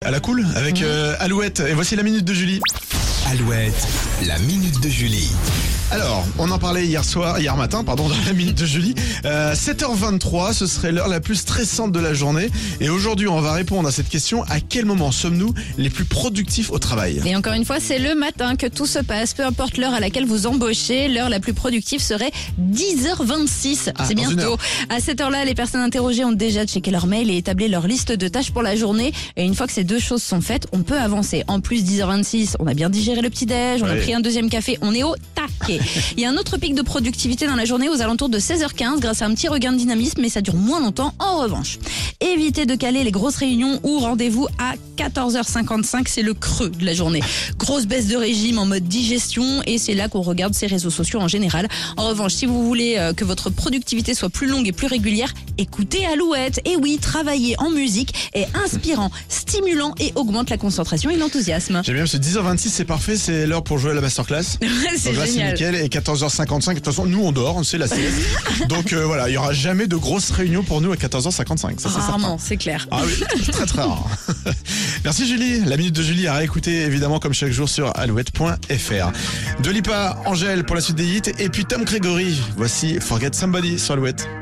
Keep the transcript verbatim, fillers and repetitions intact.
à la cool avec euh, Alouette. Et voici la minute de Julie. Alouette, la minute de Julie. Alors, on en parlait hier soir, hier matin, pardon, dans la minute de Julie. Euh, sept heures vingt-trois, ce serait l'heure la plus stressante de la journée. Et aujourd'hui, on va répondre à cette question. À quel moment sommes-nous les plus productifs au travail ? Et encore une fois, c'est le matin que tout se passe. Peu importe l'heure à laquelle vous embauchez, l'heure la plus productive serait dix heures vingt-six. Ah, c'est dans une bientôt. heure. À cette heure-là, les personnes interrogées ont déjà checké leur mail et établi leur liste de tâches pour la journée. Et une fois que ces deux choses sont faites, on peut avancer. En plus, dix heures vingt-six, on a bien digéré le petit-déj, on Ouais. a pris un deuxième café, on est au taquet. Il y a un autre pic de productivité dans la journée aux alentours de seize heures quinze grâce à un petit regain de dynamisme, mais ça dure moins longtemps. En revanche, évitez de caler les grosses réunions ou rendez-vous à quatorze heures cinquante-cinq, c'est le creux de la journée. Grosse baisse de régime en mode digestion et c'est là qu'on regarde ses réseaux sociaux en général. En revanche, si vous voulez euh, que votre productivité soit plus longue et plus régulière, écoutez Alouette. Et oui, travailler en musique est inspirant, stimulant et augmente la concentration et l'enthousiasme. J'aime bien parce que dix heures vingt-six, c'est parfait, c'est l'heure pour jouer à la masterclass. c'est Donc là, c'est génial. nickel. Et quatorze heures cinquante-cinq, de toute façon, nous, on dort, c'est la sieste. Donc euh, voilà, il y aura jamais de grosses réunions pour nous à quatorze heures cinquante-cinq. Ça, c'est certain. Rarement, c'est clair. Ah oui, très très rare. Merci Julie. La minute de Julie à réécouter évidemment comme chaque jour sur alouette point f r. Dua Lipa, Angèle pour la suite des hits et puis Tom Gregory. Voici Forget Somebody sur Alouette.